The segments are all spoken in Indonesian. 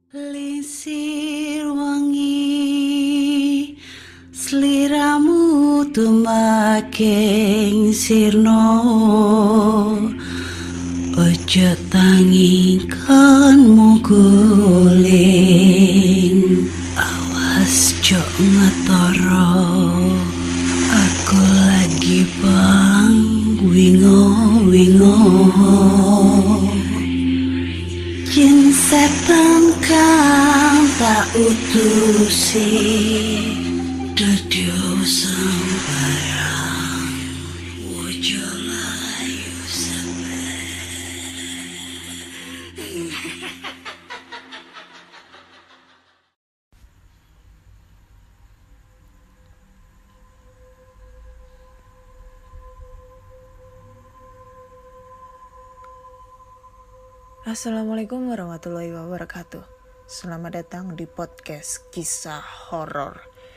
Lisir wangi sliramu tumaking sirno ojo tangi kanmu guling awas jok ngetoro aku lagi bang wingo Jin setan kang tak utusi Dadyo sembarang Wojo layu Assalamualaikum warahmatullahi wabarakatuh. Selamat datang di podcast kisah horor.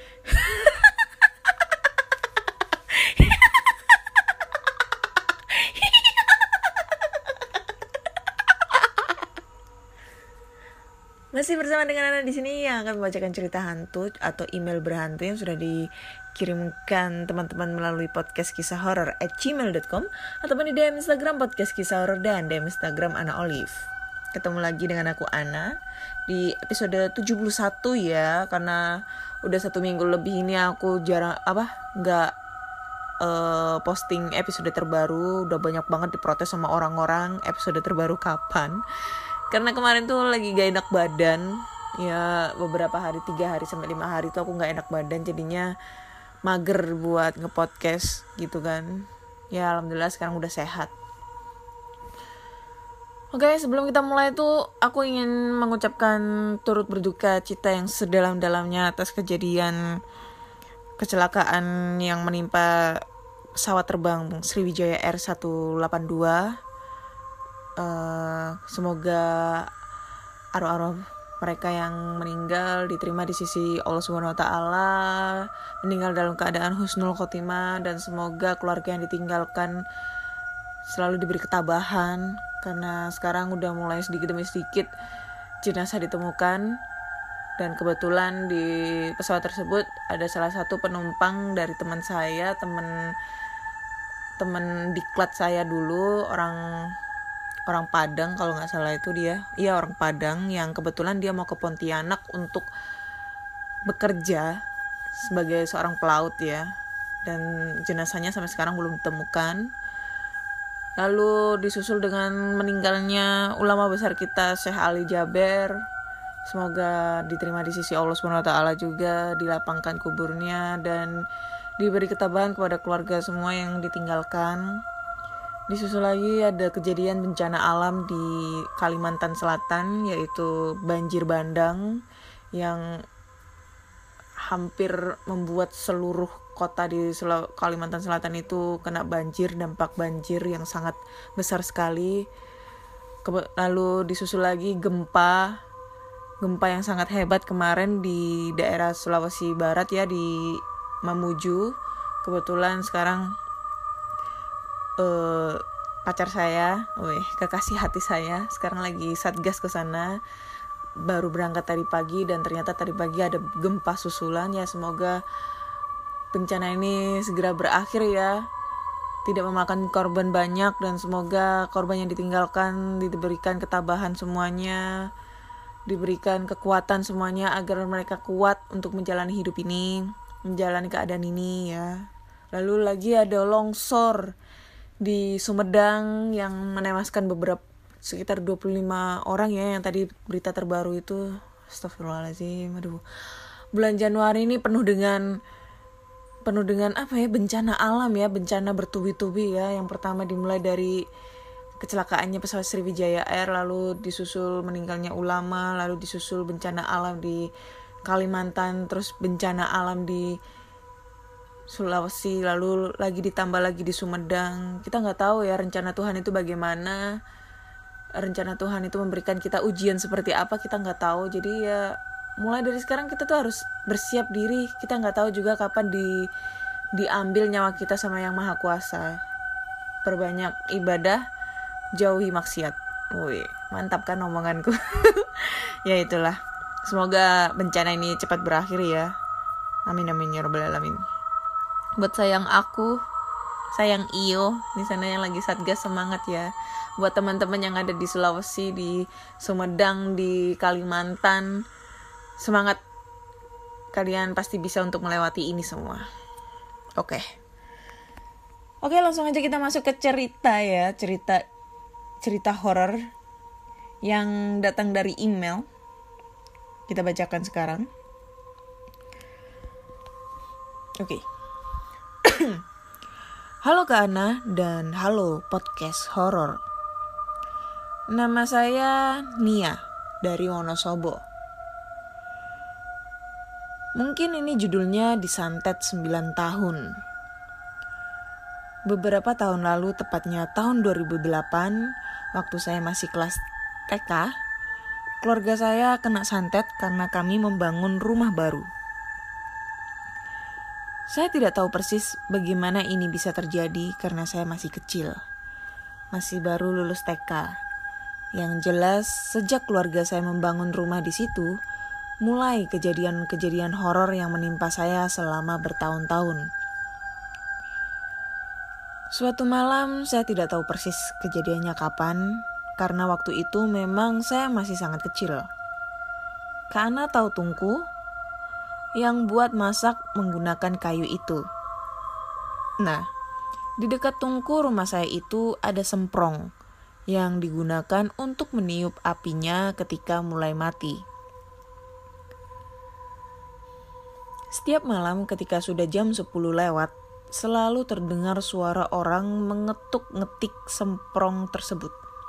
Masih bersama dengan Ana di sini yang akan membacakan cerita hantu atau email berhantu yang sudah dikirimkan teman-teman melalui podcast kisah horor @gmail.com ataupun di DM Instagram podcast kisah horor dan DM Instagram Ana Olive. Ketemu lagi dengan aku Ana di episode 71 ya, karena udah 1 minggu lebih ini aku jarang nggak posting episode terbaru. Udah banyak banget diprotes sama orang-orang episode terbaru kapan. Karena kemarin tuh lagi gak enak badan. Ya beberapa hari, 3 hari sampai 5 hari tuh aku gak enak badan. Jadinya mager buat nge-podcast gitu kan. Ya alhamdulillah sekarang udah sehat. Oke, sebelum kita mulai tuh aku ingin mengucapkan turut berduka cita yang sedalam-dalamnya atas kejadian kecelakaan yang menimpa pesawat terbang Sriwijaya R182. Semoga arwah-arwah mereka yang meninggal diterima di sisi Allah Subhanahu wa taala, meninggal dalam keadaan husnul khotimah, dan semoga keluarga yang ditinggalkan selalu diberi ketabahan, karena sekarang udah mulai sedikit demi sedikit jenazah ditemukan. Dan kebetulan di pesawat tersebut ada salah satu penumpang dari teman saya, teman diklat saya dulu, orang Padang kalau nggak salah itu dia. Iya, orang Padang yang kebetulan dia mau ke Pontianak untuk bekerja sebagai seorang pelaut ya. Dan jenazahnya sampai sekarang belum ditemukan. Lalu disusul dengan meninggalnya ulama besar kita Syekh Ali Jaber. Semoga diterima di sisi Allah Subhanahu wa taala juga, dilapangkan kuburnya dan diberi ketabahan kepada keluarga semua yang ditinggalkan. Disusul lagi ada kejadian bencana alam di Kalimantan Selatan, yaitu banjir bandang yang hampir membuat seluruh kota di Kalimantan Selatan itu kena banjir, dampak banjir yang sangat besar sekali. Lalu disusul lagi gempa yang sangat hebat kemarin di daerah Sulawesi Barat ya, di Mamuju. Kebetulan sekarang pacar saya, kekasih hati saya sekarang lagi satgas ke sana, baru berangkat tadi pagi dan ternyata tadi pagi ada gempa susulan ya. Semoga bencana ini segera berakhir ya, tidak memakan korban banyak, dan semoga korban yang ditinggalkan diberikan ketabahan semuanya, diberikan kekuatan semuanya agar mereka kuat untuk menjalani hidup ini, menjalani keadaan ini ya. Lalu lagi ada longsor di Sumedang yang menewaskan sekitar 25 orang ya, yang tadi berita terbaru itu. Astagfirullahaladzim. Bulan Januari ini penuh dengan bencana alam ya, bencana bertubi-tubi ya. Yang pertama dimulai dari kecelakaannya pesawat Sriwijaya Air, lalu disusul meninggalnya ulama, lalu disusul bencana alam di Kalimantan, terus bencana alam di Sulawesi, lalu lagi ditambah lagi di Sumedang. Kita nggak tahu ya rencana Tuhan itu bagaimana. Rencana Tuhan itu memberikan kita ujian seperti apa, kita nggak tahu. Jadi ya mulai dari sekarang kita tuh harus bersiap diri. Kita nggak tahu juga kapan diambil nyawa kita sama Yang Maha Kuasa. Perbanyak ibadah, jauhi maksiat. Wih, mantap kan omonganku. Ya itulah. Semoga bencana ini cepat berakhir ya. Amin amin ya rabbal alamin. Buat sayang aku, sayang Iyo di sana yang lagi satgas, semangat ya. Buat teman-teman yang ada di Sulawesi, di Sumedang, di Kalimantan, semangat. Kalian pasti bisa untuk melewati ini semua. Oke, langsung aja kita masuk ke cerita ya. Cerita horor yang datang dari email. Kita bacakan sekarang. Oke. Halo Kak Ana dan halo podcast horor. Nama saya Nia dari Wonosobo. Mungkin ini judulnya disantet 9 tahun. Beberapa tahun lalu, tepatnya tahun 2008, waktu saya masih kelas TK, keluarga saya kena santet karena kami membangun rumah baru. Saya tidak tahu persis bagaimana ini bisa terjadi karena saya masih kecil. Masih baru lulus TK. Yang jelas, sejak keluarga saya membangun rumah di situ, mulai kejadian-kejadian horor yang menimpa saya selama bertahun-tahun. Suatu malam, saya tidak tahu persis kejadiannya kapan, karena waktu itu memang saya masih sangat kecil. Kak Ana tahu tungku yang buat masak menggunakan kayu itu. Nah, di dekat tungku rumah saya itu ada semprong yang digunakan untuk meniup apinya ketika mulai mati. Setiap malam ketika sudah jam 10 lewat, selalu terdengar suara orang mengetuk-ngetik semprong tersebut.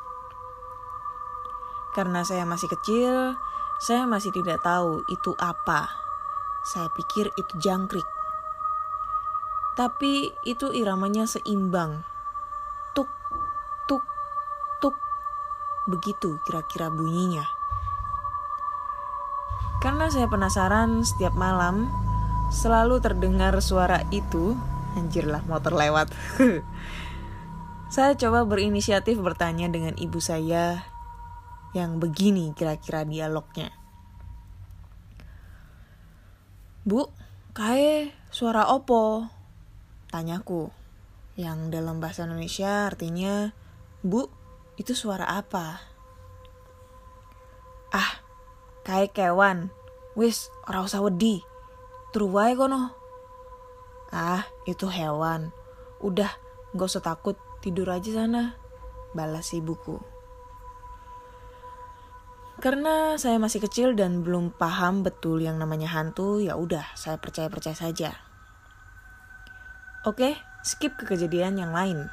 Karena saya masih kecil, saya masih tidak tahu itu apa. Saya pikir itu jangkrik. Tapi itu iramanya seimbang. Tuk, tuk, tuk. Begitu kira-kira bunyinya. Karena saya penasaran, setiap malam selalu terdengar suara itu. Anjir lah, motor lewat. Saya coba berinisiatif bertanya dengan ibu saya yang begini kira-kira dialognya. Bu, kae suara opo? Tanyaku. Yang dalam bahasa Indonesia artinya, Bu, itu suara apa? Ah, kae kewan. Wis, ora usah wedi. Turu wae kono. Ah, itu hewan. Udah, gak usah takut, tidur aja sana. Balas ibuku. Karena saya masih kecil dan belum paham betul yang namanya hantu, ya udah, saya percaya-percaya saja. Oke, skip ke kejadian yang lain.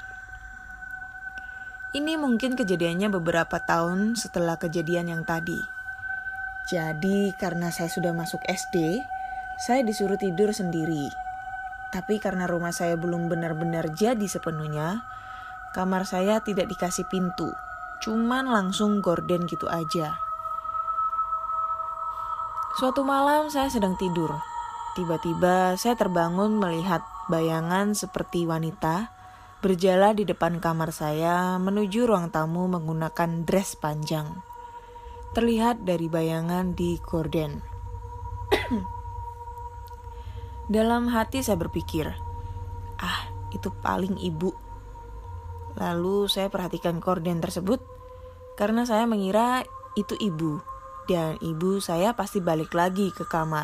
Ini mungkin kejadiannya beberapa tahun setelah kejadian yang tadi. Jadi, karena saya sudah masuk SD, saya disuruh tidur sendiri. Tapi karena rumah saya belum benar-benar jadi sepenuhnya, kamar saya tidak dikasih pintu, cuman langsung gorden gitu aja. Suatu malam saya sedang tidur. Tiba-tiba saya terbangun melihat bayangan seperti wanita berjalan di depan kamar saya menuju ruang tamu menggunakan dress panjang. Terlihat dari bayangan di gorden. Dalam hati saya berpikir, itu paling ibu. Lalu saya perhatikan gorden tersebut karena saya mengira itu ibu. Dan ibu saya pasti balik lagi ke kamar.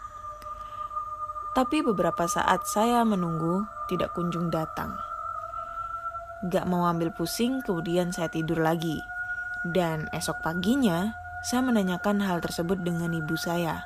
Tapi beberapa saat saya menunggu tidak kunjung datang. Gak mau ambil pusing, kemudian saya tidur lagi. Dan esok paginya saya menanyakan hal tersebut dengan ibu saya.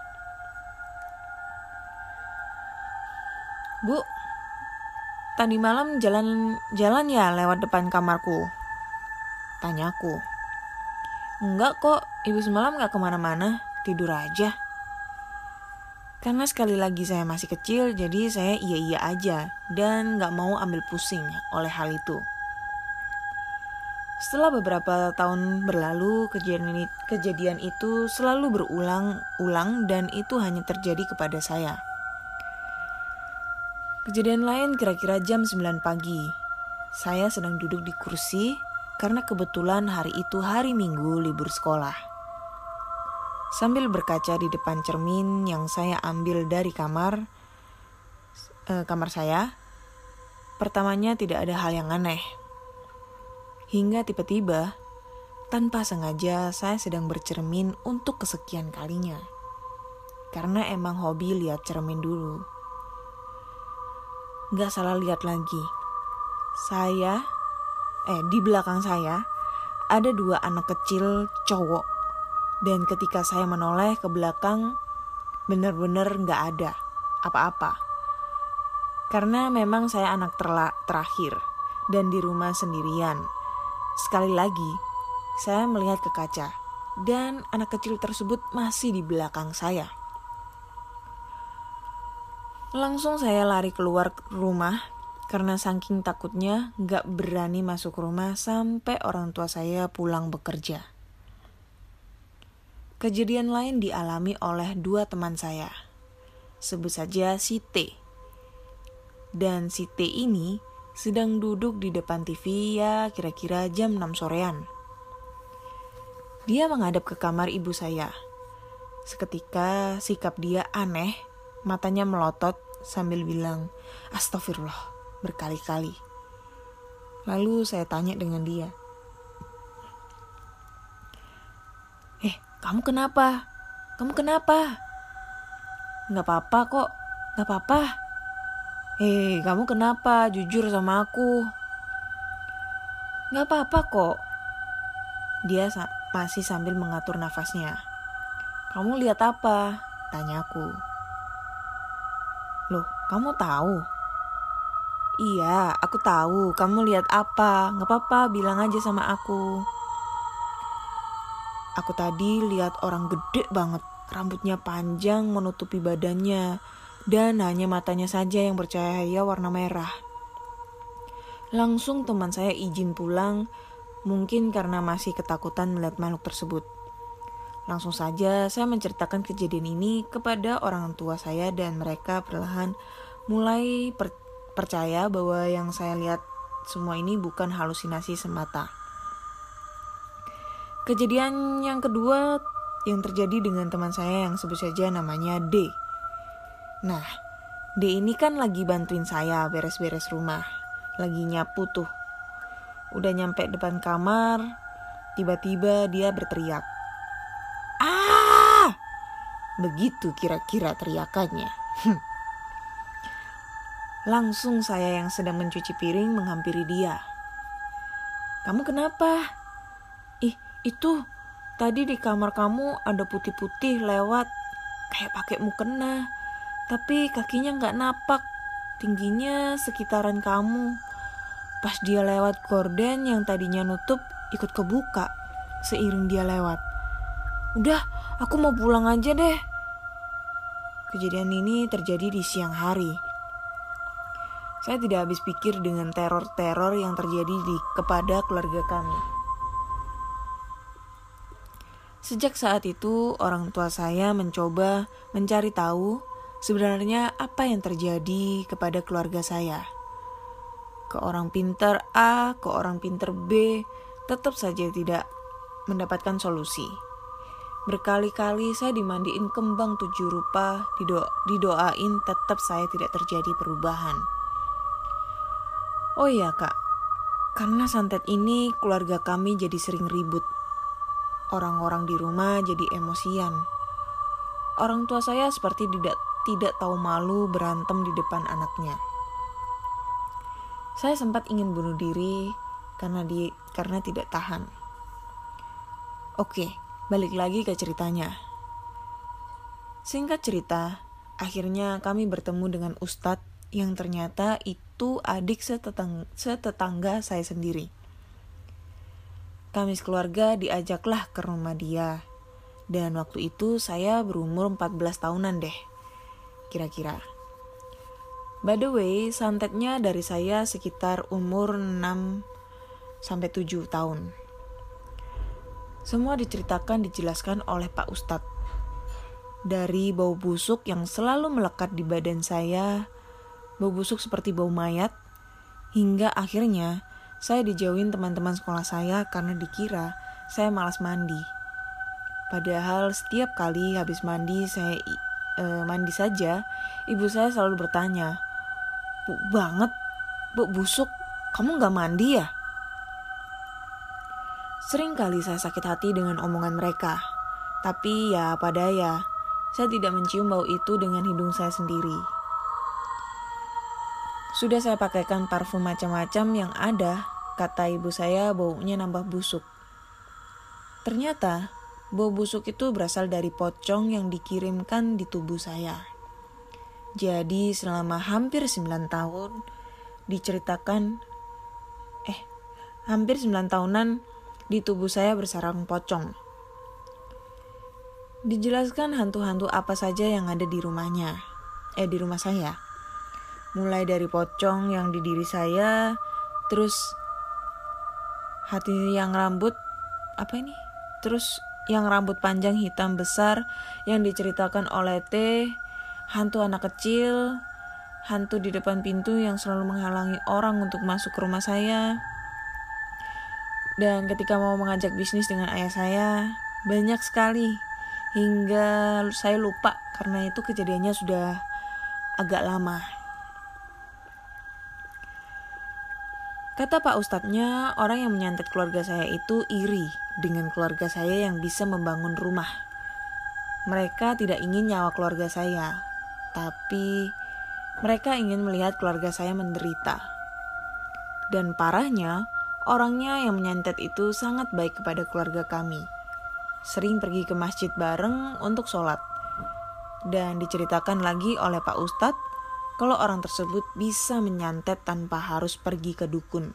Bu, tadi malam jalan ya lewat depan kamarku? Tanyaku. Enggak kok, ibu semalam gak kemana-mana, tidur aja. Karena sekali lagi saya masih kecil, jadi saya iya-iya aja dan gak mau ambil pusing oleh hal itu. Setelah beberapa tahun berlalu, kejadian itu selalu berulang-ulang dan itu hanya terjadi kepada saya. Kejadian lain kira-kira jam 9 pagi. Saya sedang duduk di kursi karena kebetulan hari itu hari Minggu libur sekolah. Sambil berkaca di depan cermin yang saya ambil dari kamar saya, pertamanya tidak ada hal yang aneh. Hingga tiba-tiba, tanpa sengaja saya sedang bercermin untuk kesekian kalinya. Karena emang hobi lihat cermin dulu. Gak salah lihat lagi. Di belakang saya ada 2 anak kecil cowok. Dan ketika saya menoleh ke belakang, benar-benar gak ada apa-apa. Karena memang saya anak terakhir dan di rumah sendirian. Sekali lagi, saya melihat ke kaca dan anak kecil tersebut masih di belakang saya. Langsung saya lari keluar rumah karena saking takutnya gak berani masuk rumah sampai orang tua saya pulang bekerja. Kejadian lain dialami oleh 2 teman saya. Sebut saja si T. Dan si T ini sedang duduk di depan TV ya kira-kira jam 6 sorean. Dia menghadap ke kamar ibu saya. Seketika sikap dia aneh, matanya melotot sambil bilang, "Astagfirullah," berkali-kali. Lalu saya tanya dengan dia, "Kamu kenapa? Kamu kenapa?" "Gak apa-apa kok, gak apa-apa." Kamu kenapa? Jujur sama aku." "Gak apa-apa kok." Dia masih sambil mengatur nafasnya. "Kamu lihat apa?" tanyaku. "Loh, kamu tahu?" "Iya, aku tahu. Kamu lihat apa? Gak apa-apa, bilang aja sama aku." "Aku tadi lihat orang gede banget. Rambutnya panjang menutupi badannya. Dan hanya matanya saja yang bercahaya warna merah." Langsung teman saya izin pulang, mungkin karena masih ketakutan melihat makhluk tersebut. Langsung saja saya menceritakan kejadian ini kepada orang tua saya dan mereka perlahan mulai percaya bahwa yang saya lihat semua ini bukan halusinasi semata. Kejadian yang kedua yang terjadi dengan teman saya yang sebut saja namanya D. Nah, D ini kan lagi bantuin saya beres-beres rumah. Lagi nyapu tuh. Udah nyampe depan kamar, tiba-tiba dia berteriak. "Ah!" Begitu kira-kira teriakannya. Langsung saya yang sedang mencuci piring menghampiri dia. "Kamu kenapa?" Itu tadi di kamar kamu ada putih-putih lewat, kayak pakai mukena. Tapi kakinya gak napak, tingginya sekitaran kamu. Pas dia lewat gorden yang tadinya nutup, ikut kebuka seiring dia lewat. Udah, aku mau pulang aja deh." Kejadian ini terjadi di siang hari. Saya tidak habis pikir dengan teror-teror yang terjadi kepada keluarga kami. Sejak saat itu, orang tua saya mencoba mencari tahu sebenarnya apa yang terjadi kepada keluarga saya. Ke orang pintar A, ke orang pintar B, tetap saja tidak mendapatkan solusi. Berkali-kali saya dimandiin kembang 7 rupa, didoain tetap saya tidak terjadi perubahan. Oh iya kak, karena santet ini keluarga kami jadi sering ribut. Orang-orang di rumah jadi emosian. Orang tua saya seperti tidak tahu malu berantem di depan anaknya. Saya sempat ingin bunuh diri karena tidak tahan. Oke, balik lagi ke ceritanya. Singkat cerita, akhirnya kami bertemu dengan Ustadz yang ternyata itu adik setetangga saya sendiri. Kami sekeluarga diajaklah ke rumah dia. Dan waktu itu saya berumur 14 tahunan deh, kira-kira. By the way, santetnya dari saya sekitar umur 6-7 tahun. Semua dijelaskan oleh Pak Ustadz. Dari bau busuk yang selalu melekat di badan saya, bau busuk seperti bau mayat, hingga akhirnya saya dijauhin teman-teman sekolah saya karena dikira saya malas mandi. Padahal setiap kali habis mandi mandi saja, ibu saya selalu bertanya, "Bu banget, bu busuk, kamu gak mandi ya?" Sering kali saya sakit hati dengan omongan mereka. Tapi ya apa daya, saya tidak mencium bau itu dengan hidung saya sendiri. Sudah saya pakaikan parfum macam-macam yang ada, kata ibu saya baunya nambah busuk. Ternyata bau busuk itu berasal dari pocong yang dikirimkan di tubuh saya. Jadi selama hampir 9 tahun hampir 9 tahunan di tubuh saya bersarang pocong. Dijelaskan hantu-hantu apa saja yang ada di rumah saya. Mulai dari pocong yang di diri saya, terus yang rambut panjang hitam besar yang diceritakan oleh T, hantu anak kecil, hantu di depan pintu yang selalu menghalangi orang untuk masuk ke rumah saya. Dan ketika mau mengajak bisnis dengan ayah saya, banyak sekali. Hingga saya lupa karena itu kejadiannya sudah agak lama. Kata Pak Ustadznya, orang yang menyantet keluarga saya itu iri dengan keluarga saya yang bisa membangun rumah. Mereka tidak ingin nyawa keluarga saya, tapi mereka ingin melihat keluarga saya menderita. Dan parahnya, orangnya yang menyantet itu sangat baik kepada keluarga kami. Sering pergi ke masjid bareng untuk sholat. Dan diceritakan lagi oleh Pak Ustadz, kalau orang tersebut bisa menyantet tanpa harus pergi ke dukun.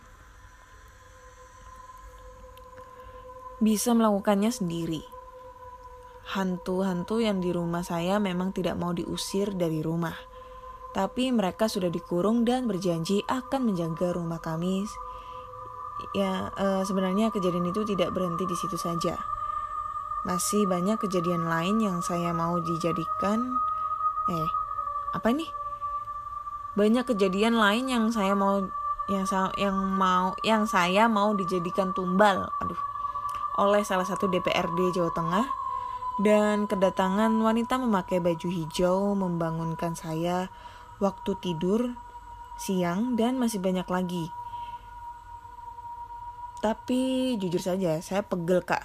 Bisa melakukannya sendiri. Hantu-hantu yang di rumah saya memang tidak mau diusir dari rumah. Tapi mereka sudah dikurung dan berjanji akan menjaga rumah kami. Sebenarnya kejadian itu tidak berhenti di situ saja. Masih banyak kejadian lain yang saya mau dijadikan banyak kejadian lain yang saya mau dijadikan tumbal oleh salah satu DPRD Jawa Tengah, dan kedatangan wanita memakai baju hijau membangunkan saya waktu tidur siang, dan masih banyak lagi. Tapi jujur saja saya pegel, Kak.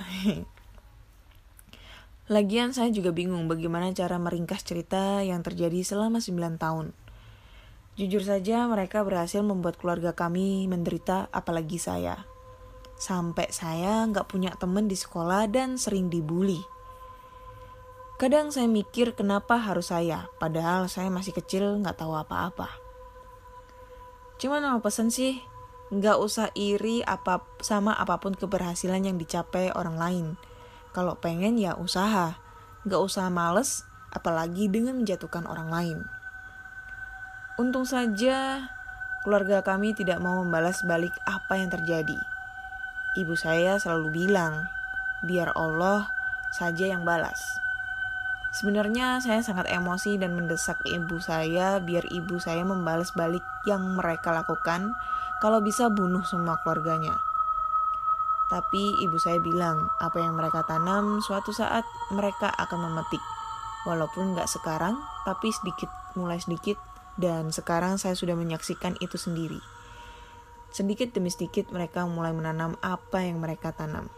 Lagian saya juga bingung bagaimana cara meringkas cerita yang terjadi selama 9 tahun. Jujur saja mereka berhasil membuat keluarga kami menderita, apalagi saya. Sampai saya gak punya teman di sekolah dan sering dibully. Kadang saya mikir kenapa harus saya, padahal saya masih kecil gak tahu apa-apa. Cuman mau pesen sih, gak usah iri sama apapun keberhasilan yang dicapai orang lain. Kalau pengen ya usaha, gak usah males, apalagi dengan menjatuhkan orang lain. Untung saja keluarga kami tidak mau membalas balik apa yang terjadi. Ibu saya selalu bilang, biar Allah saja yang balas. Sebenarnya saya sangat emosi dan mendesak ibu saya biar ibu saya membalas balik yang mereka lakukan, kalau bisa bunuh semua keluarganya. Tapi ibu saya bilang, apa yang mereka tanam suatu saat mereka akan memetik. Walaupun gak sekarang, tapi mulai sedikit, dan sekarang saya sudah menyaksikan itu sendiri. Sedikit demi sedikit mereka mulai menanam apa yang mereka tanam.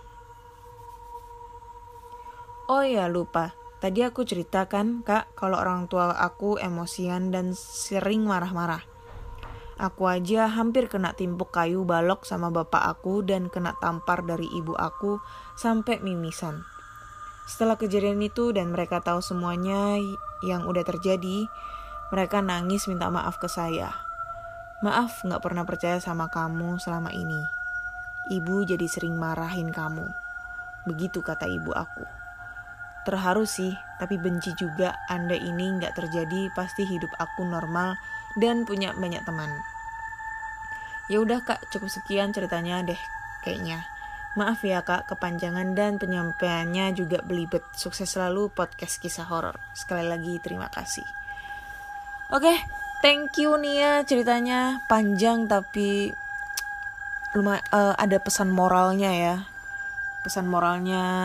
Oh ya, lupa. Tadi aku ceritakan, Kak, kalau orang tua aku emosian dan sering marah-marah. Aku aja hampir kena timpuk kayu balok sama bapak aku dan kena tampar dari ibu aku sampai mimisan. Setelah kejadian itu dan mereka tahu semuanya yang udah terjadi, mereka nangis minta maaf ke saya. Maaf gak pernah percaya sama kamu selama ini. Ibu jadi sering marahin kamu. Begitu kata ibu aku. Terharu sih, tapi benci juga. Andai ini gak terjadi, pasti hidup aku normal dan punya banyak teman. Ya udah, Kak, cukup sekian ceritanya deh kayaknya. Maaf ya, Kak, kepanjangan dan penyampaiannya juga belibet. Sukses selalu podcast kisah horor. Sekali lagi terima kasih. Oke, thank you Nia, ceritanya panjang tapi lumayan ada pesan moralnya ya. Pesan moralnya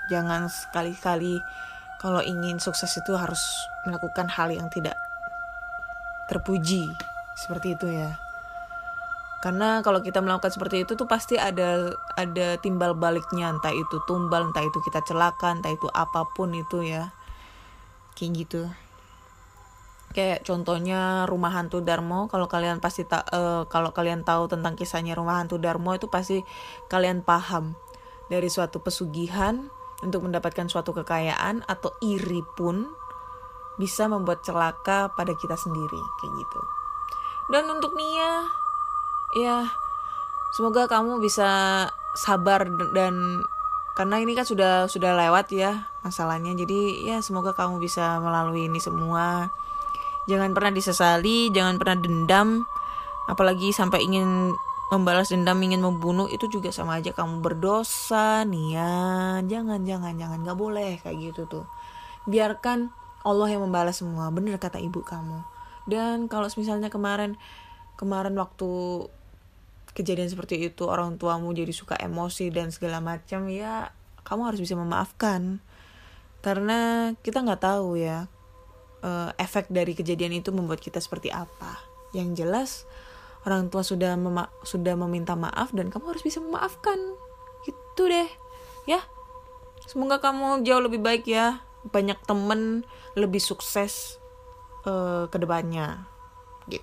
Jangan sekali-kali kalau ingin sukses itu harus melakukan hal yang tidak terpuji, seperti itu ya. Karena kalau kita melakukan seperti itu tuh pasti ada timbal baliknya, entah itu tumbal, entah itu kita celaka, entah itu apapun itu ya. Kayak gitu. Kayak contohnya Rumah Hantu Darmo, kalau kalian kalau kalian tahu tentang kisahnya Rumah Hantu Darmo itu pasti kalian paham. Dari suatu pesugihan untuk mendapatkan suatu kekayaan atau iri pun bisa membuat celaka pada kita sendiri, kayak gitu. Dan untuk Nia, ya semoga kamu bisa sabar, dan karena ini kan sudah lewat ya masalahnya, jadi ya semoga kamu bisa melalui ini semua. Jangan pernah disesali, jangan pernah dendam, apalagi sampai ingin membalas dendam, ingin membunuh, itu juga sama aja kamu berdosa, Nia. Jangan, nggak boleh kayak gitu tuh. Biarkan Allah yang membalas semua, bener kata ibu kamu. Dan kalau misalnya kemarin waktu kejadian seperti itu orang tuamu jadi suka emosi dan segala macam, ya kamu harus bisa memaafkan. Karena kita nggak tahu ya efek dari kejadian itu membuat kita seperti apa. Yang jelas orang tua sudah meminta maaf dan kamu harus bisa memaafkan. Gitu deh ya. Semoga kamu jauh lebih baik ya, banyak temen, lebih sukses ke depannya gitu.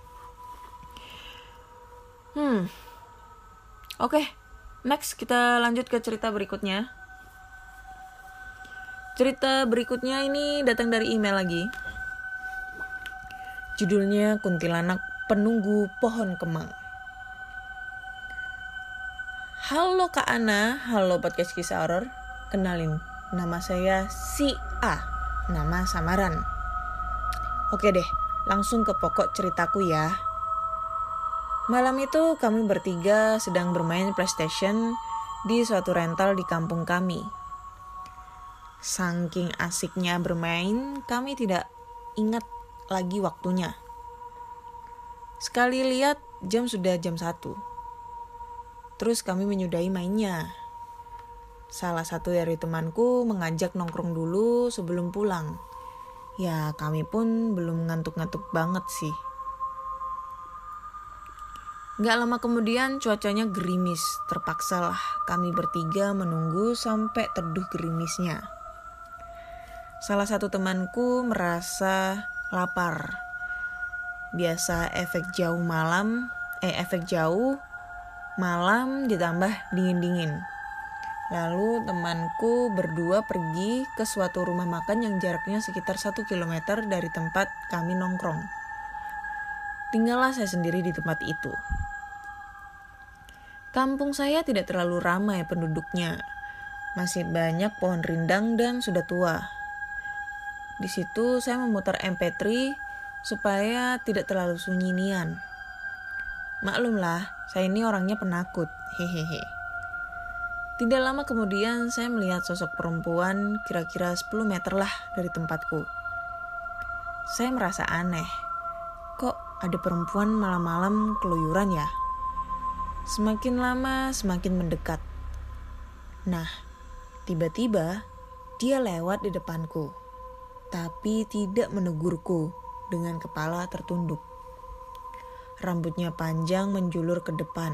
Oke, next kita lanjut ke cerita berikutnya. Cerita berikutnya ini datang dari email lagi. Judulnya Kuntilanak Penunggu Pohon Kemang. Halo Kak Ana, halo podcast kisah horor. Kenalin, nama saya si A, nama samaran. Oke deh, langsung ke pokok ceritaku ya. Malam itu kami bertiga sedang bermain PlayStation di suatu rental di kampung kami. Saking asiknya bermain, kami tidak ingat lagi waktunya. Sekali lihat jam sudah jam 1. Terus kami menyudahi mainnya. Salah satu dari temanku mengajak nongkrong dulu sebelum pulang. Ya kami pun belum ngantuk-ngantuk banget sih. Gak lama kemudian cuacanya gerimis. Terpaksalah kami bertiga menunggu sampai teduh gerimisnya. Salah satu temanku merasa lapar. Biasa efek jauh malam ditambah dingin-dingin. Lalu temanku berdua pergi ke suatu rumah makan yang jaraknya sekitar 1 km dari tempat kami nongkrong. Tinggallah saya sendiri di tempat itu. Kampung saya tidak terlalu ramai penduduknya. Masih banyak pohon rindang dan sudah tua. Di situ saya memutar MP3 supaya tidak terlalu sunyi nian. Maklumlah, saya ini orangnya penakut. Hehehe. Tidak lama kemudian saya melihat sosok perempuan kira-kira 10 meter lah dari tempatku. Saya merasa aneh. Kok ada perempuan malam-malam keluyuran ya? Semakin lama semakin mendekat. Nah, tiba-tiba dia lewat di depanku, tapi tidak menegurku. Dengan kepala tertunduk. Rambutnya panjang menjulur ke depan.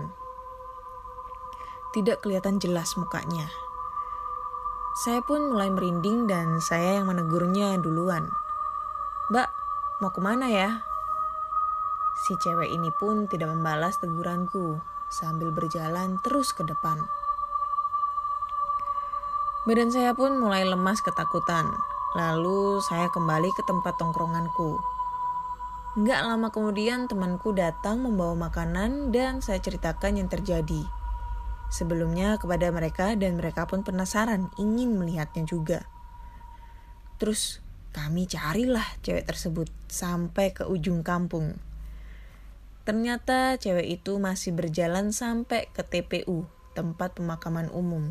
Tidak kelihatan jelas mukanya. Saya pun mulai merinding dan saya yang menegurnya duluan. Mbak, mau kemana ya? Si cewek ini pun tidak membalas teguranku sambil berjalan terus ke depan. Badan saya pun mulai lemas ketakutan. Lalu saya kembali ke tempat tongkronganku. Nggak lama kemudian temanku datang membawa makanan dan saya ceritakan yang terjadi sebelumnya kepada mereka dan mereka pun penasaran ingin melihatnya juga. Terus kami carilah cewek tersebut sampai ke ujung kampung. Ternyata cewek itu masih berjalan sampai ke TPU, tempat pemakaman umum.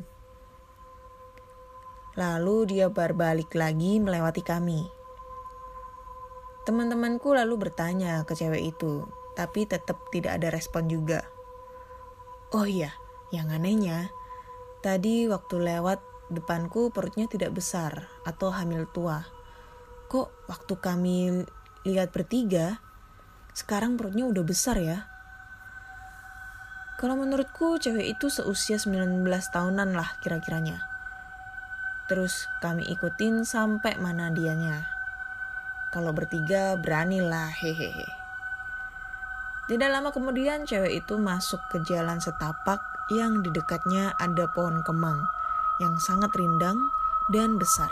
Lalu dia berbalik lagi melewati kami. Teman-temanku lalu bertanya ke cewek itu, tapi tetap tidak ada respon juga. Oh iya, yang anehnya, tadi waktu lewat depanku perutnya tidak besar atau hamil tua. Kok waktu kami lihat bertiga, sekarang perutnya udah besar ya? Kalau menurutku cewek itu seusia 19 tahunan lah kira-kiranya. Terus kami ikutin sampai mana dianya. Kalau bertiga beranilah, hehehe. Tidak lama kemudian cewek itu masuk ke jalan setapak yang di dekatnya ada pohon kemang yang sangat rindang dan besar.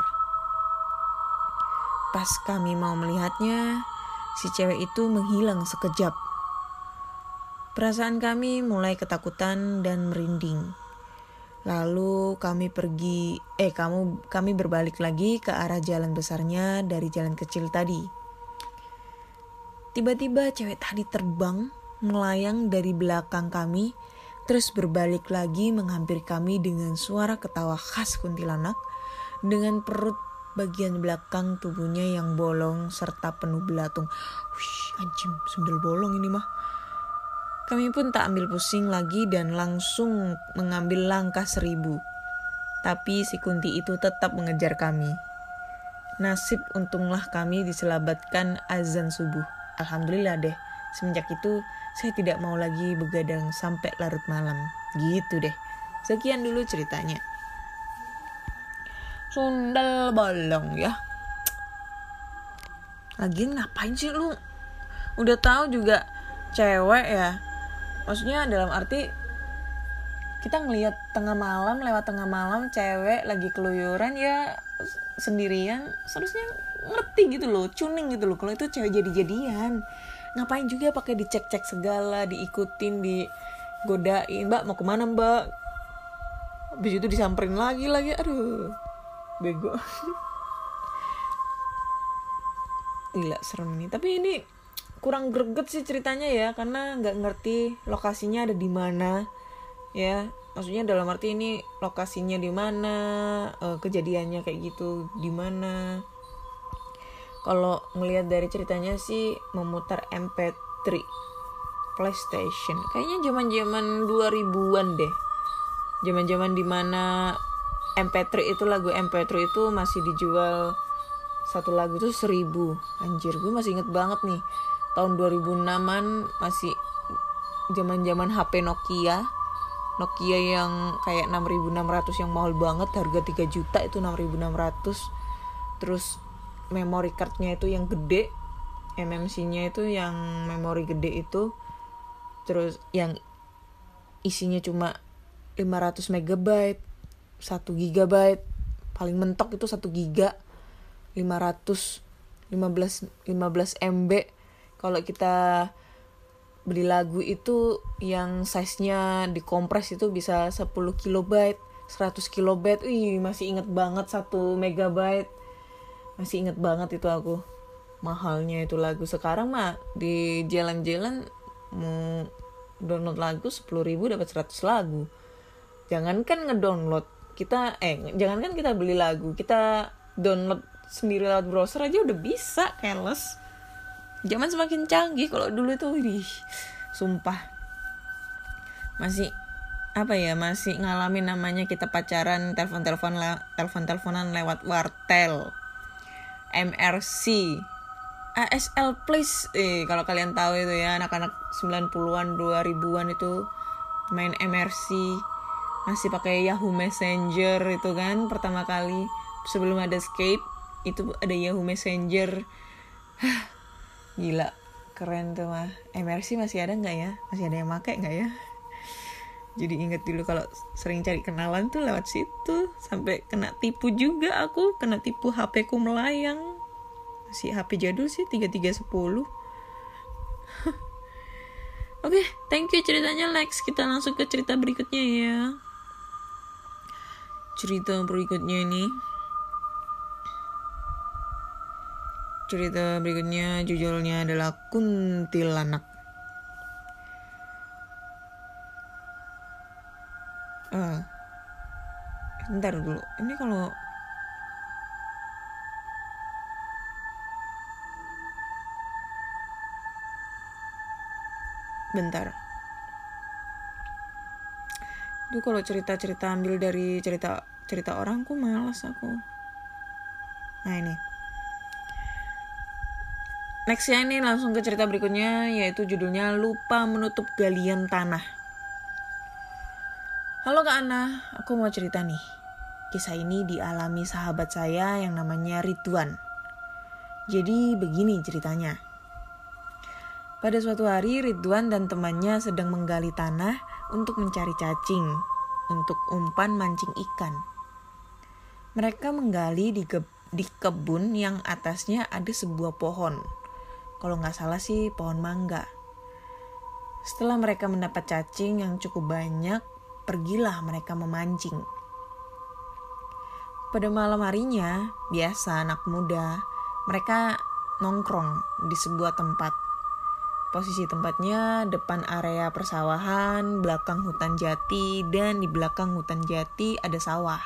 Pas kami mau melihatnya, si cewek itu menghilang sekejap. Perasaan kami mulai ketakutan dan merinding. Lalu kami berbalik lagi ke arah jalan besarnya dari jalan kecil tadi. Tiba-tiba cewek tadi terbang, melayang dari belakang kami, terus berbalik lagi menghampiri kami dengan suara ketawa khas kuntilanak, dengan perut bagian belakang tubuhnya yang bolong serta penuh belatung. Wih, anjing, sundel bolong ini mah. Kami pun tak ambil pusing lagi dan langsung mengambil langkah 1000. Tapi si Kunti itu tetap mengejar kami. Nasib untunglah kami diselamatkan azan subuh. Alhamdulillah deh, semenjak itu saya tidak mau lagi begadang sampai larut malam. Gitu deh. Sekian dulu ceritanya. Sundel bolong ya. Lagian ngapain sih lu? Udah tahu juga cewek ya. Maksudnya dalam arti kita ngelihat lewat tengah malam cewek lagi keluyuran ya sendirian, seharusnya ngerti gitu loh, cuning gitu loh kalau itu cewek jadi-jadian. Ngapain juga pakai dicek-cek segala, diikutin, digodain, "Mbak mau kemana mbak?" Habis itu disamperin lagi, aduh bego. Gila serem nih. Tapi ini kurang greget sih ceritanya ya, karena nggak ngerti lokasinya ada di mana ya. Maksudnya dalam arti ini lokasinya di mana, kejadiannya kayak gitu di mana. Kalau ngelihat dari ceritanya sih memutar MP3 PlayStation. Kayaknya zaman-zaman 2000-an deh. Zaman-zaman dimana MP3 itu, lagu MP3 itu masih dijual satu lagu itu 1000. Anjir, gue masih inget banget nih. Tahun 2006-an masih zaman-zaman HP Nokia yang kayak 6600 yang mahal banget, harga 3 juta itu 6600. Terus memory cardnya itu yang gede, MMC-nya itu yang memori gede itu. Terus yang isinya cuma 500 MB, 1 GB, paling mentok itu 1 GB, 15 MB. Kalau kita beli lagu itu yang size-nya dikompres itu bisa 10 KB, 100 KB. Masih inget banget 1 MB. Masih inget banget itu aku. Mahalnya itu lagu. Sekarang mah di jalan-jalan mau download lagu 10.000 dapat 100 lagu. Jangankan ngedownload, jangankan kita beli lagu, kita download sendiri lewat browser aja udah bisa, keles. Zaman semakin canggih. Kalau dulu tuh sumpah masih masih ngalamin namanya kita pacaran telepon-teleponan lewat wartel, MRC, ASL please. Kalau kalian tahu itu ya, anak-anak 90-an 2000-an itu main MRC, masih pakai Yahoo Messenger itu kan pertama kali sebelum ada Skype. Itu ada Yahoo Messenger. Gila, keren tuh mah. MRC masih ada nggak ya? Masih ada yang pakai nggak ya? Jadi inget dulu kalau sering cari kenalan tuh lewat situ. Sampai kena tipu juga aku, kena tipu HP ku melayang. Masih HP jadul sih, 3310. Oke, thank you ceritanya Lex. Kita langsung ke cerita berikutnya ya. Cerita berikutnya judulnya adalah Kuntilanak. Bentar dulu. Ini kalau itu kalau cerita-cerita ambil dari cerita cerita orang ku malas aku. Nah ini. Next ya, ini langsung ke cerita berikutnya, yaitu judulnya Lupa Menutup Galian Tanah. Halo Kak Ana, aku mau cerita nih. Kisah ini dialami sahabat saya yang namanya Ridwan. Jadi begini ceritanya. Pada suatu hari Ridwan dan temannya sedang menggali tanah untuk mencari cacing, untuk umpan mancing ikan. Mereka menggali di kebun yang atasnya ada sebuah pohon. Kalau nggak salah sih pohon mangga. Setelah mereka mendapat cacing yang cukup banyak, pergilah mereka memancing. Pada malam harinya, biasa anak muda, mereka nongkrong di sebuah tempat. Posisi tempatnya depan area persawahan, belakang hutan jati, dan di belakang hutan jati ada sawah.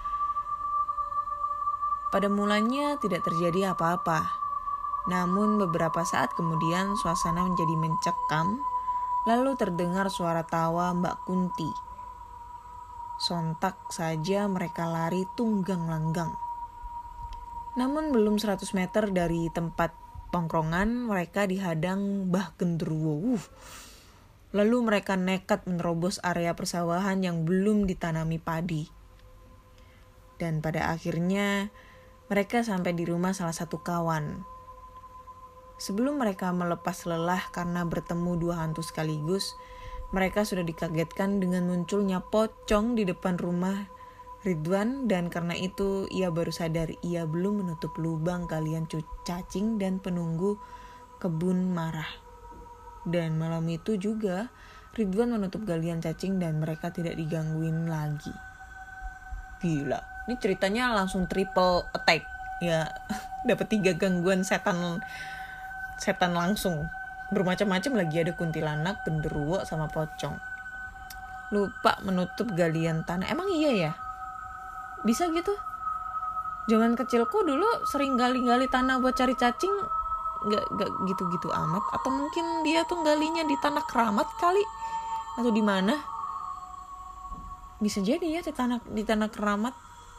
Pada mulanya tidak terjadi apa-apa. Namun beberapa saat kemudian suasana menjadi mencekam, lalu terdengar suara tawa Mbak Kunti. Sontak saja mereka lari tunggang langgang. Namun belum 100 meter dari tempat tongkrongan, mereka dihadang Mbah Genderuwo. Lalu mereka nekat menerobos area persawahan yang belum ditanami padi. Dan pada akhirnya mereka sampai di rumah salah satu kawan. Sebelum mereka melepas lelah karena bertemu dua hantu sekaligus, mereka sudah dikagetkan dengan munculnya pocong di depan rumah Ridwan, dan karena itu ia baru sadar ia belum menutup lubang galian cacing dan penunggu kebun marah. Dan malam itu juga Ridwan menutup galian cacing dan mereka tidak digangguin lagi. Gila, ini ceritanya langsung triple attack ya. Dapat 3 gangguan setan langsung. Bermacam-macam lagi, ada kuntilanak, genderuwo, sama pocong. Lupa menutup galian tanah. Emang iya ya? Bisa gitu? Zaman kecilku dulu sering gali-gali tanah buat cari cacing. Gak gitu-gitu amat. Atau mungkin dia tuh galinya di tanah keramat kali. Atau di mana? Bisa jadi ya di tanah keramat.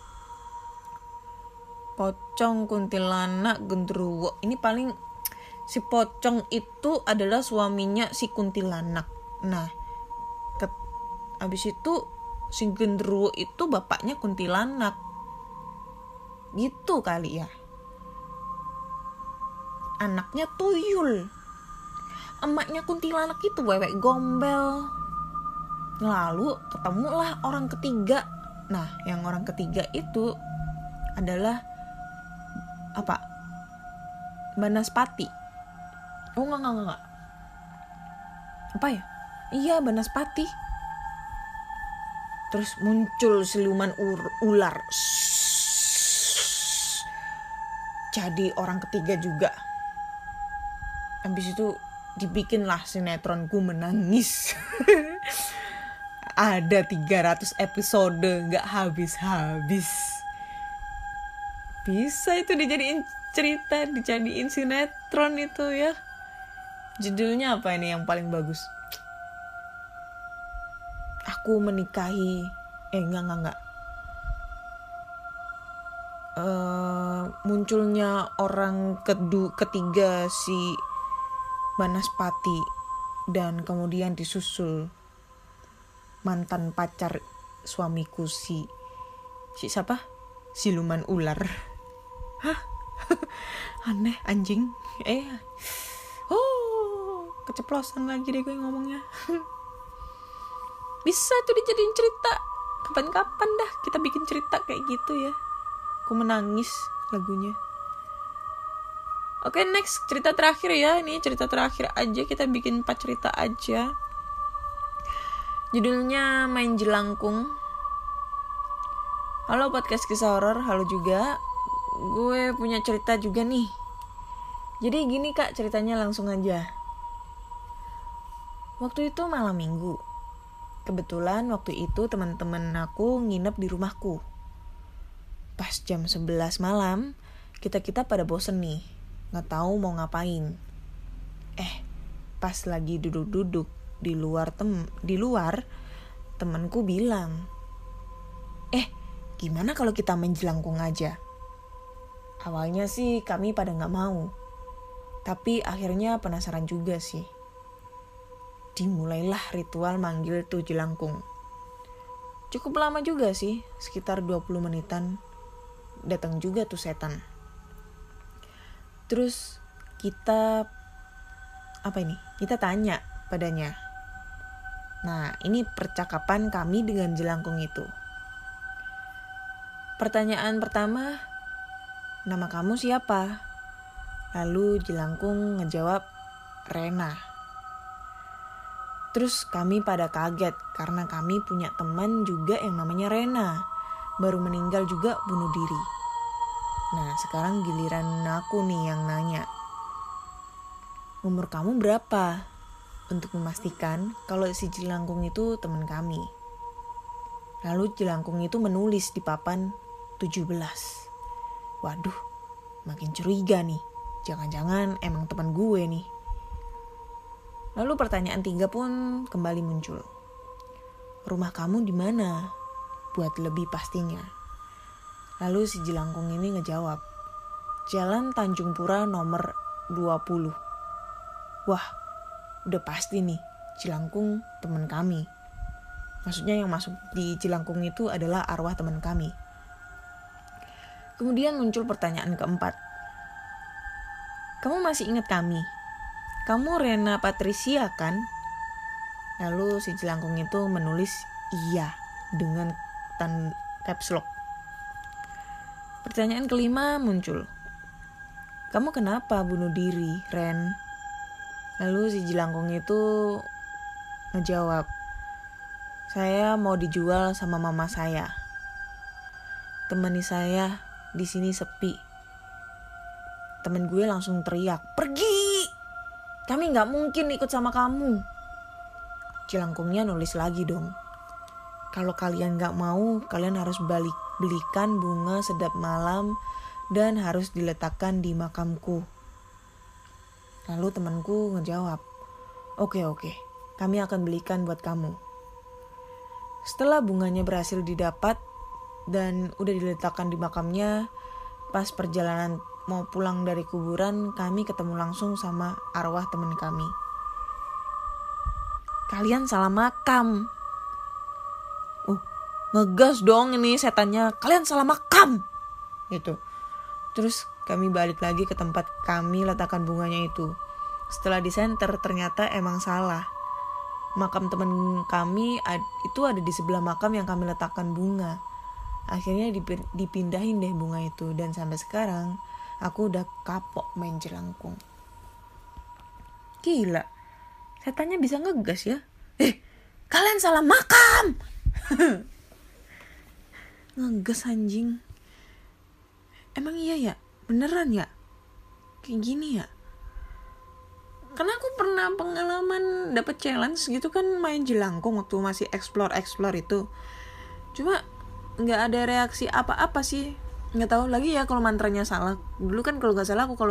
Pocong, kuntilanak, genderuwo. Ini paling si pocong itu adalah suaminya si kuntilanak. Nah, abis itu si genderuwo itu bapaknya kuntilanak. Gitu kali ya. Anaknya tuyul. Emaknya kuntilanak itu wewek gombel. Lalu ketemulah orang ketiga. Nah, yang orang ketiga itu adalah apa? Banaspati. Oh enggak. Apa ya? Iya, Banaspati. Terus muncul siluman ular. Jadi orang ketiga juga. Habis itu dibikinlah sinetron Ku Menangis. Ada 300 episode, gak habis-habis. Bisa itu dijadiin cerita, dijadiin sinetron itu ya. Judulnya apa ini yang paling bagus? Aku menikahi enggak. Munculnya orang ketiga si Banaspati, dan kemudian disusul mantan pacar suamiku si siapa? Siluman ular. Hah? Aneh anjing. Keceplosan lagi deh gue ngomongnya. Bisa tuh dijadiin cerita. Kapan-kapan dah kita bikin cerita kayak gitu ya. Ku Menangis lagunya. Oke, next cerita terakhir ya. Ini cerita terakhir aja, kita bikin 4 cerita aja. Judulnya Main Jelangkung. Halo podcast kisah horor, halo juga. Gue punya cerita juga nih. Jadi gini Kak, ceritanya langsung aja. Waktu itu malam minggu. Kebetulan waktu itu teman-teman aku nginep di rumahku. Pas jam 11 malam, kita pada bosen nih. Gak tahu mau ngapain. Pas lagi duduk-duduk di luar temanku bilang, gimana kalau kita main jelangkung aja? Awalnya sih kami pada gak mau. Tapi akhirnya penasaran juga sih. Dimulailah ritual manggil tuh jelangkung. Cukup lama juga sih, sekitar 20 menitan. Datang juga tuh setan. Terus kita tanya padanya. Nah, ini percakapan kami dengan jelangkung itu. Pertanyaan pertama, nama kamu siapa? Lalu jelangkung ngejawab, Rena. Terus kami pada kaget karena kami punya teman juga yang namanya Rena. Baru meninggal juga bunuh diri. Nah, sekarang giliran aku nih yang nanya. Umur kamu berapa? Untuk memastikan kalau si jelangkung itu teman kami. Lalu jelangkung itu menulis di papan 17. Waduh, makin curiga nih. Jangan-jangan emang teman gue nih. Lalu pertanyaan 3 pun kembali muncul. Rumah kamu di mana? Buat lebih pastinya. Lalu si jelangkung ini ngejawab, Jalan Tanjung Pura nomor 20. Wah, udah pasti nih, jelangkung teman kami. Maksudnya yang masuk di jelangkung itu adalah arwah teman kami. Kemudian muncul pertanyaan keempat. Kamu masih ingat kami? Kamu Rena Patricia kan? Lalu si jelangkung itu menulis iya dengan caps lock. Pertanyaan kelima muncul. Kamu kenapa bunuh diri, Ren? Lalu si jelangkung itu ngejawab, saya mau dijual sama mama saya. Temani saya di sini sepi. Temen gue langsung teriak, pergi! Kami gak mungkin ikut sama kamu. Jelangkungnya nulis lagi dong. Kalau kalian gak mau, kalian harus belikan bunga sedap malam dan harus diletakkan di makamku. Lalu temanku ngejawab, Oke, kami akan belikan buat kamu. Setelah bunganya berhasil didapat dan udah diletakkan di makamnya, pas perjalanan mau pulang dari kuburan, kami ketemu langsung sama arwah teman kami. Kalian salah makam. Ngegas dong ini setannya, kalian salah makam. Gitu. Terus kami balik lagi ke tempat kami letakkan bunganya itu. Setelah disenter ternyata emang salah. Makam teman kami itu ada di sebelah makam yang kami letakkan bunga. Akhirnya dipindahin deh bunga itu. Dan sampai sekarang aku udah kapok main jelangkung. Gila, setannya bisa ngegas ya. Kalian salah makam. Ngegas anjing. Emang iya ya? Beneran ya? Kayak gini ya? Karena aku pernah pengalaman dapet challenge gitu kan, main jelangkung waktu masih explore itu. Cuma gak ada reaksi apa-apa sih. Gak tahu lagi ya kalau mantranya salah. Dulu kan kalau gak salah aku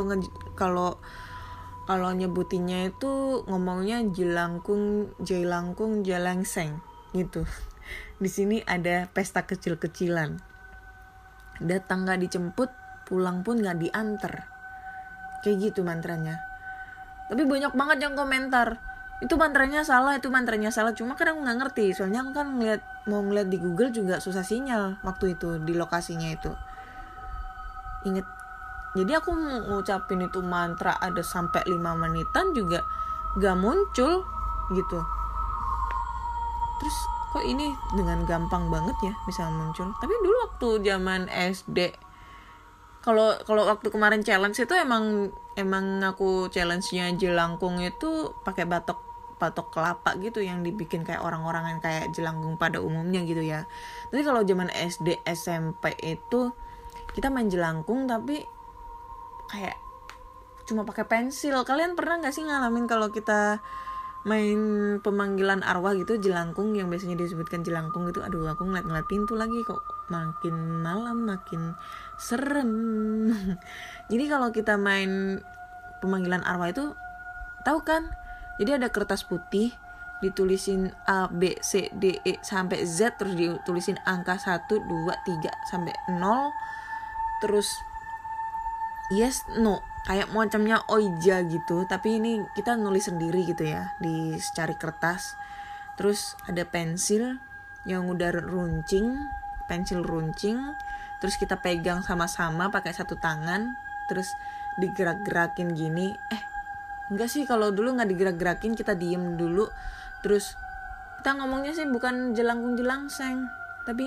kalau nyebutinnya itu ngomongnya jelangkung jalangseng gitu. Di sini ada pesta kecil-kecilan. Datang gak dijemput, pulang pun gak diantar. Kayak gitu mantranya. Tapi banyak banget yang komentar, itu mantranya salah. Cuma kan aku gak ngerti, soalnya aku kan mau ngeliat di Google juga susah sinyal waktu itu di lokasinya itu. Ingat, jadi aku ngucapin itu mantra ada sampai 5 menitan juga gak muncul gitu. Terus kok ini dengan gampang banget ya bisa muncul. Tapi dulu waktu zaman SD, kalau waktu kemarin challenge itu emang aku challenge-nya jelangkung itu pakai batok kelapa gitu yang dibikin kayak orang-orang yang kayak jelangkung pada umumnya gitu ya. Tapi kalau zaman SD SMP itu kita main jelangkung tapi kayak cuma pakai pensil. Kalian pernah nggak sih ngalamin kalau kita main pemanggilan arwah gitu jelangkung yang biasanya disebutkan jelangkung itu? Aduh, aku ngeliat pintu lagi kok makin malam makin serem. Jadi kalau kita main pemanggilan arwah itu tahu kan? Jadi ada kertas putih ditulisin A, B, C, D, E sampai Z, terus ditulisin angka 1, 2, 3 sampai 0, terus yes, no, kayak macamnya oija gitu, tapi ini kita nulis sendiri gitu ya, di secari kertas. Terus ada pensil yang udah pensil runcing, terus kita pegang sama-sama pakai satu tangan, terus digerak-gerakin gini. Enggak sih, kalau dulu nggak digerak-gerakin, kita diem dulu, terus kita ngomongnya sih bukan jelangkung jelangseng, tapi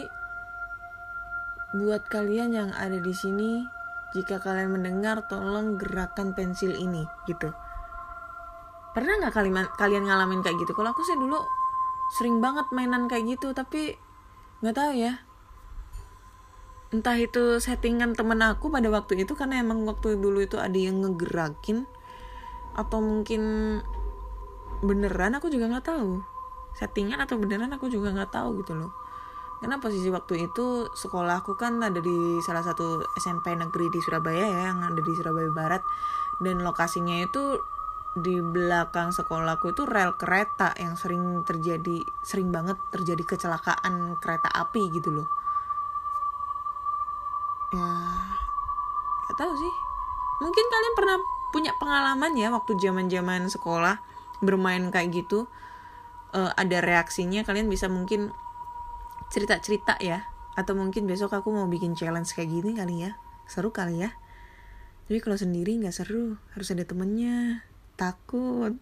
buat kalian yang ada di sini, jika kalian mendengar, tolong gerakkan pensil ini gitu. Pernah nggak kalian ngalamin kayak gitu? Kalau aku sih dulu sering banget mainan kayak gitu, tapi nggak tahu ya, entah itu settingan temen aku pada waktu itu, karena emang waktu dulu itu ada yang ngegerakin, atau mungkin beneran, aku juga nggak tahu. Settingan atau beneran aku juga nggak tahu gitu loh. Karena posisi waktu itu sekolahku kan ada di salah satu SMP negeri di Surabaya ya, yang ada di Surabaya Barat, dan lokasinya itu di belakang sekolahku itu rel kereta yang sering banget terjadi kecelakaan kereta api gitu loh. Ya, nggak tahu sih. Mungkin kalian pernah punya pengalaman ya waktu zaman sekolah bermain kayak gitu. Ada reaksinya, kalian bisa mungkin cerita ya, atau mungkin besok aku mau bikin challenge kayak gini kali ya, seru kali ya. Tapi kalau sendiri nggak seru, harus ada temennya, takut.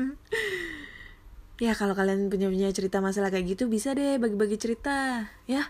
Ya kalau kalian punya cerita masalah kayak gitu, bisa deh bagi-bagi cerita ya.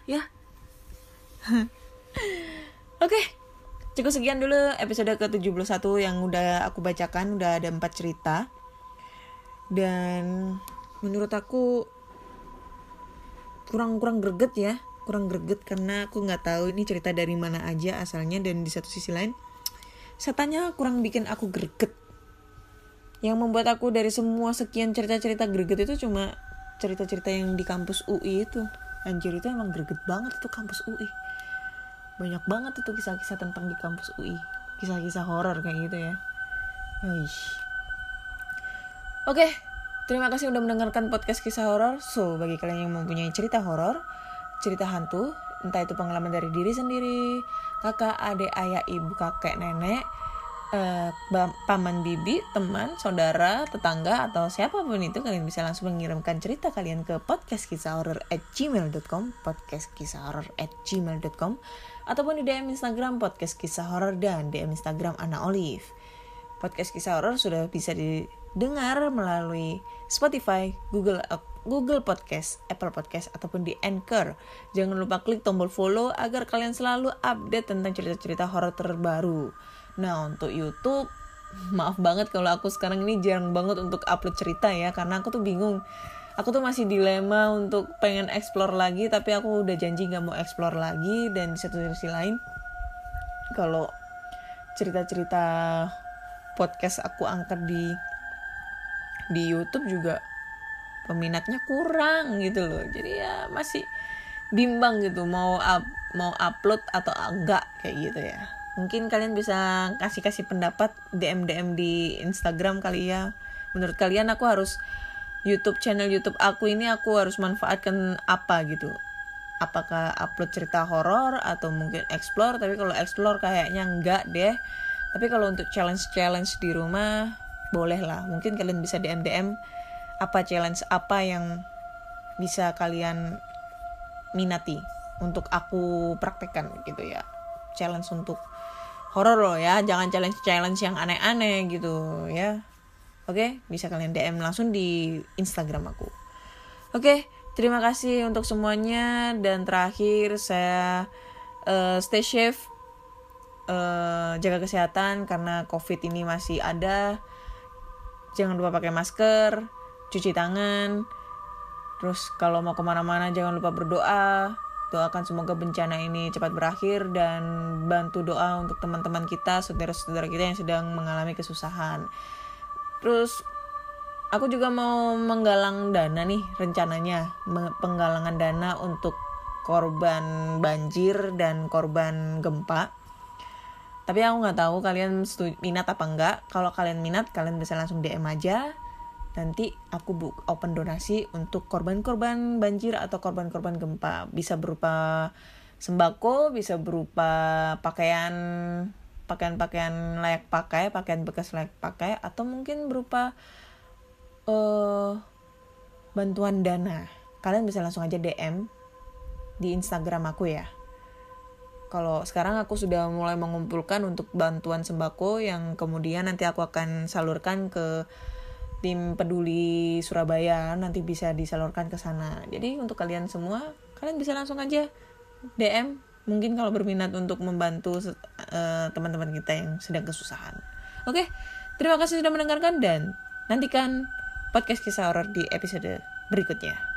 Oke, cukup sekian dulu episode ke-71 yang udah aku bacakan. Udah ada 4 cerita, dan menurut aku kurang greget karena aku nggak tahu ini cerita dari mana aja asalnya, dan di satu sisi lain setannya kurang bikin aku greget. Yang membuat aku dari semua sekian cerita greget itu cuma cerita-cerita yang di kampus UI itu. Anjir, itu emang greget banget itu kampus UI. Banyak banget itu kisah-kisah tentang di kampus UI, kisah-kisah horor kayak gitu ya. Oke, terima kasih udah mendengarkan podcast kisah horor. So, bagi kalian yang mempunyai cerita horor, cerita hantu, entah itu pengalaman dari diri sendiri, kakak, adik, ayah, ibu, kakek, nenek, paman, bibi, teman, saudara, tetangga, atau siapapun itu, kalian bisa langsung mengirimkan cerita kalian ke podcastkisahhoror@gmail.com, podcastkisahhoror@gmail.com, ataupun di DM Instagram podcast kisah horor dan DM Instagram Ana Olive. Podcast kisah horor sudah bisa didengar melalui Spotify, Google Podcast, Apple Podcast, ataupun di Anchor. Jangan lupa klik tombol follow agar kalian selalu update tentang cerita-cerita horor terbaru. Nah, untuk YouTube, maaf banget kalau aku sekarang ini jarang banget untuk upload cerita ya, karena aku tuh bingung. Aku tuh masih dilema untuk pengen explore lagi, tapi aku udah janji gak mau explore lagi. Dan di satu sisi lain, kalau cerita-cerita podcast aku angkat di YouTube juga peminatnya kurang gitu loh. Jadi ya masih bimbang gitu mau upload atau enggak kayak gitu ya. Mungkin kalian bisa kasih pendapat DM di Instagram kali ya. Menurut kalian aku harus channel YouTube aku ini aku harus manfaatkan apa gitu? Apakah upload cerita horor atau mungkin explore? Tapi kalau explore kayaknya enggak deh. Tapi kalau untuk challenge di rumah boleh lah. Mungkin kalian bisa DM apa challenge apa yang bisa kalian minati untuk aku praktekkan gitu ya. Challenge untuk horor loh ya, jangan challenge yang aneh-aneh gitu ya. Oke, bisa kalian DM langsung di Instagram aku. Oke, terima kasih untuk semuanya. Dan terakhir saya stay safe, jaga kesehatan karena COVID ini masih ada. Jangan lupa pakai masker, cuci tangan. Terus kalau mau kemana-mana jangan lupa berdoa. Doakan semoga bencana ini cepat berakhir, dan bantu doa untuk teman-teman kita, saudara-saudara kita yang sedang mengalami kesusahan. Terus aku juga mau menggalang dana nih rencananya, penggalangan dana untuk korban banjir dan korban gempa. Tapi aku nggak tahu kalian minat apa enggak. Kalau kalian minat, kalian bisa langsung DM aja. nanti aku open donasi untuk korban-korban banjir atau korban-korban gempa. Bisa berupa sembako, bisa berupa pakaian layak pakai, pakaian bekas layak pakai, atau mungkin berupa bantuan dana. Kalian bisa langsung aja DM di Instagram aku ya. Kalau sekarang aku sudah mulai mengumpulkan untuk bantuan sembako yang kemudian nanti aku akan salurkan ke tim peduli Surabaya, nanti bisa disalurkan ke sana. Jadi untuk kalian semua, kalian bisa langsung aja DM, mungkin kalau berminat untuk membantu teman-teman kita yang sedang kesusahan. Oke, terima kasih sudah mendengarkan dan nantikan podcast kisah horor di episode berikutnya.